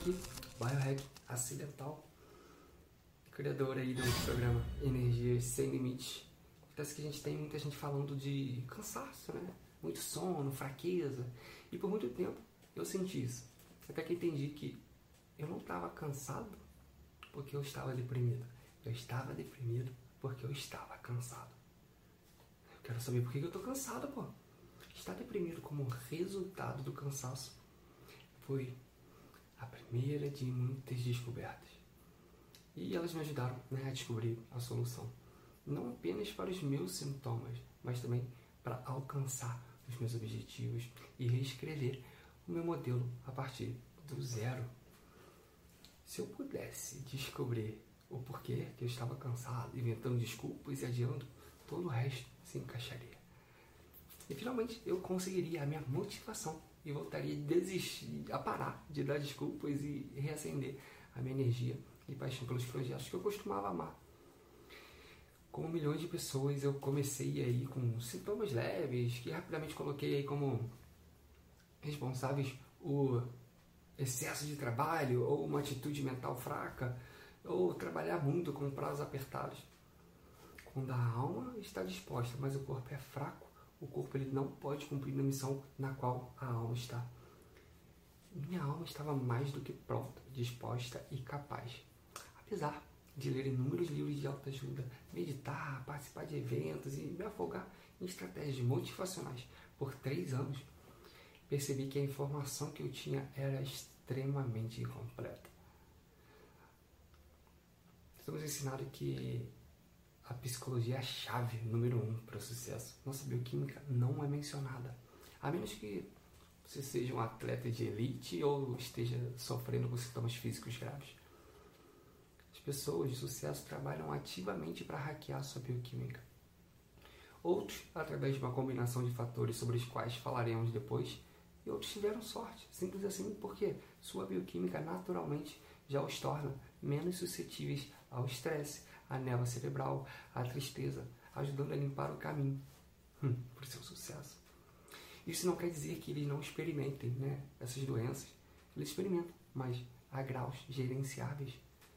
aqui, Biohack Acidental, criador aí do programa Energias Sem Limites. Acontece que a gente tem muita gente falando de cansaço, né? Muito sono, fraqueza. E por muito tempo eu senti isso. Até que entendi que eu não estava cansado porque eu estava deprimido. Eu estava deprimido porque eu estava cansado. Eu quero saber por que eu estou cansado, pô. Estar deprimido como resultado do cansaço foi a primeira de muitas descobertas. E elas me ajudaram, né, a descobrir a solução. Não apenas para os meus sintomas, mas também para alcançar os meus objetivos e reescrever o meu modelo a partir do zero. Se eu pudesse descobrir o porquê que eu estava cansado, inventando desculpas e adiando, todo o resto se encaixaria. E finalmente eu conseguiria a minha motivação e voltaria a parar de dar desculpas e reacender a minha energia e paixão pelos projetos que eu costumava amar. Como milhões de pessoas, eu comecei aí com sintomas leves, que rapidamente coloquei aí como responsáveis o excesso de trabalho, ou uma atitude mental fraca, ou trabalhar muito com prazos apertados. Quando a alma está disposta, mas o corpo é fraco, o corpo ele não pode cumprir a missão na qual a alma está. Minha alma estava mais do que pronta, disposta e capaz. Apesar de ler inúmeros livros de autoajuda, meditar, participar de eventos e me afogar em estratégias motivacionais por 3 anos, percebi que a informação que eu tinha era extremamente incompleta. Estamos ensinados que a psicologia é a chave número 1 para o sucesso. Nossa bioquímica não é mencionada, a menos que você seja um atleta de elite ou esteja sofrendo com sintomas físicos graves. As pessoas de sucesso trabalham ativamente para hackear sua bioquímica. Outros, através de uma combinação de fatores sobre os quais falaremos depois, e outros tiveram sorte, simples assim, porque sua bioquímica naturalmente já os torna menos suscetíveis ao estresse, à névoa cerebral, à tristeza, ajudando a limpar o caminho para o seu sucesso. Isso não quer dizer que eles não experimentem, né, essas doenças. Eles experimentam, mas a graus gerenciáveis.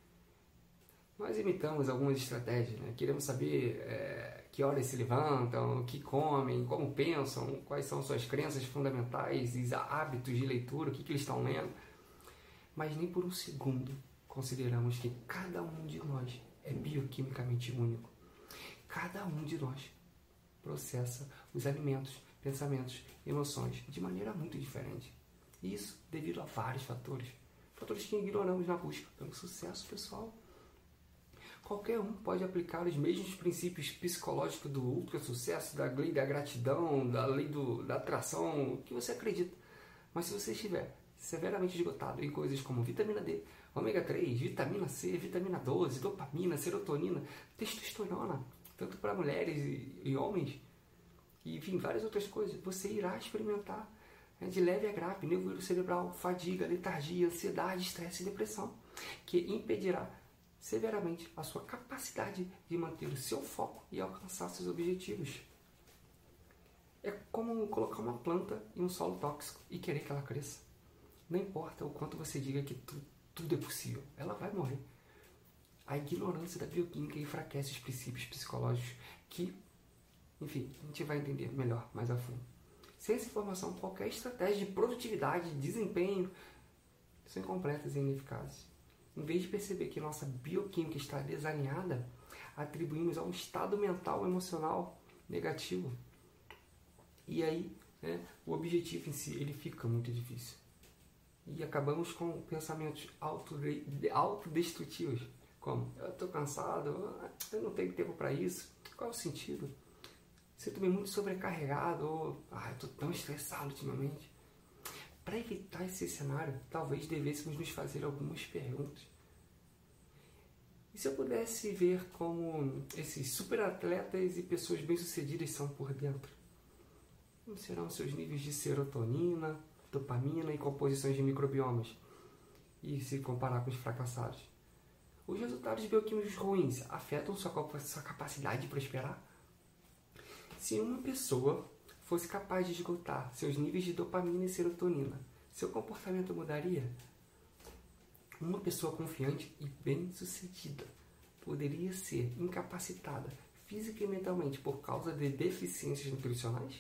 Nós imitamos algumas estratégias, né? Queremos saber que horas se levantam, o que comem, como pensam, quais são suas crenças fundamentais e hábitos de leitura, o que eles estão lendo. Mas nem por um segundo consideramos que cada um de nós é bioquimicamente único. Cada um de nós processa os alimentos, pensamentos, emoções de maneira muito diferente. Isso devido a vários fatores. Fatores que ignoramos na busca pelo sucesso pessoal. Qualquer um pode aplicar os mesmos princípios psicológicos do ultra-sucesso, da lei da gratidão, da lei da atração, o que você acredita. Mas se você estiver severamente esgotado em coisas como vitamina D, ômega 3, vitamina C, vitamina 12, dopamina, serotonina, testosterona, tanto para mulheres e homens, e enfim, várias outras coisas, você irá experimentar de leve a grave nevoeiro cerebral, fadiga, letargia, ansiedade, estresse e depressão, que impedirá severamente a sua capacidade de manter o seu foco e alcançar seus objetivos. É como colocar uma planta em um solo tóxico e querer que ela cresça. Não importa o quanto você diga que tudo é possível, ela vai morrer. A ignorância da bioquímica enfraquece os princípios psicológicos que, enfim, a gente vai entender melhor, mais a fundo. Sem essa informação, qualquer estratégia de produtividade, de desempenho, são incompletas e ineficazes. Em vez de perceber que nossa bioquímica está desalinhada, atribuímos a um estado mental e emocional negativo. E aí, né, o objetivo em si ele fica muito difícil. E acabamos com pensamentos autodestrutivos, como eu estou cansado, eu não tenho tempo para isso, qual é o sentido? Sinto-me muito sobrecarregado, ou eu estou tão estressado ultimamente. Para evitar esse cenário, talvez devêssemos nos fazer algumas perguntas. E se eu pudesse ver como esses superatletas e pessoas bem-sucedidas são por dentro? Como serão seus níveis de serotonina, dopamina e composições de microbiomas? E se comparar com os fracassados? Os resultados bioquímicos ruins afetam sua capacidade de prosperar? Se uma pessoa fosse capaz de esgotar seus níveis de dopamina e serotonina, seu comportamento mudaria? Uma pessoa confiante e bem-sucedida poderia ser incapacitada física e mentalmente por causa de deficiências nutricionais?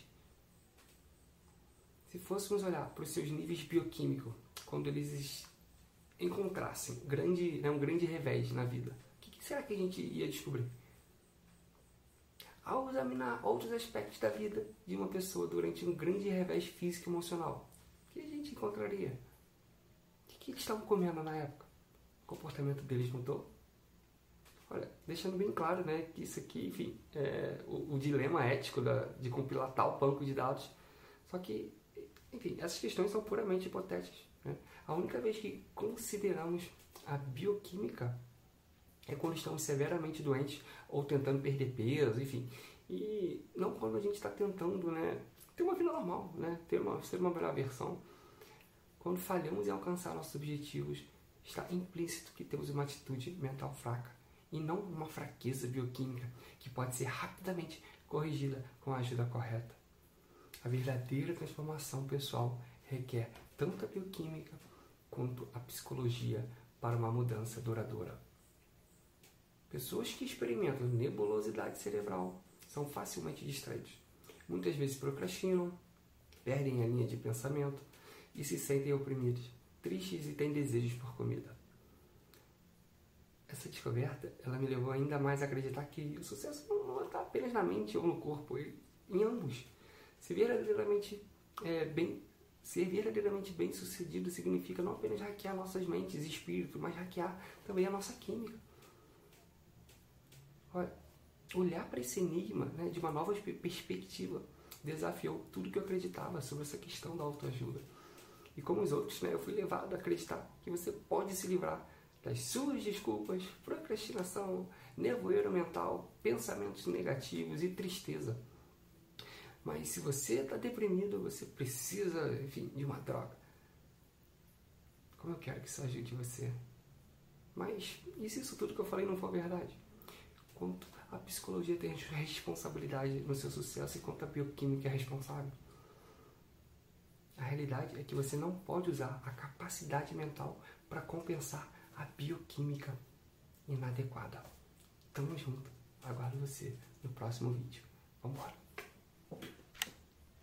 Se fôssemos olhar para os seus níveis bioquímicos, quando eles encontrassem um grande revés na vida, o que será que a gente ia descobrir? Ao examinar outros aspectos da vida de uma pessoa durante um grande revés físico e emocional, o que a gente encontraria? O que eles estavam comendo na época? O comportamento deles mudou? Olha, deixando bem claro, né, que isso aqui, enfim, é o dilema ético de compilar tal banco de dados. Só que, enfim, essas questões são puramente hipotéticas, né? A única vez que consideramos a bioquímica é quando estamos severamente doentes ou tentando perder peso, enfim. E não quando a gente está tentando, né, ter uma vida normal, né, ser uma melhor versão. Quando falhamos em alcançar nossos objetivos, está implícito que temos uma atitude mental fraca e não uma fraqueza bioquímica que pode ser rapidamente corrigida com a ajuda correta. A verdadeira transformação pessoal requer tanto a bioquímica quanto a psicologia para uma mudança duradoura. Pessoas que experimentam nebulosidade cerebral são facilmente distraídas. Muitas vezes procrastinam, perdem a linha de pensamento e se sentem oprimidos, tristes e têm desejos por comida. Essa descoberta, ela me levou ainda mais a acreditar que o sucesso não está apenas na mente ou no corpo, em ambos. Ser verdadeiramente bem sucedido significa não apenas hackear nossas mentes e espírito, mas hackear também a nossa química. Olha, olhar para esse enigma, né, de uma nova perspectiva desafiou tudo que eu acreditava sobre essa questão da autoajuda. E como os outros, né, eu fui levado a acreditar que você pode se livrar das suas desculpas, procrastinação, nevoeiro mental, pensamentos negativos e tristeza. Mas se você está deprimido, você precisa, enfim, de uma droga. Como eu quero que isso ajude você? Mas e se isso tudo que eu falei não for verdade? Quanto a psicologia tem responsabilidade no seu sucesso e quanto a bioquímica é responsável? A realidade é que você não pode usar a capacidade mental para compensar a bioquímica inadequada. Tamo junto. Aguardo você no próximo vídeo. Vambora!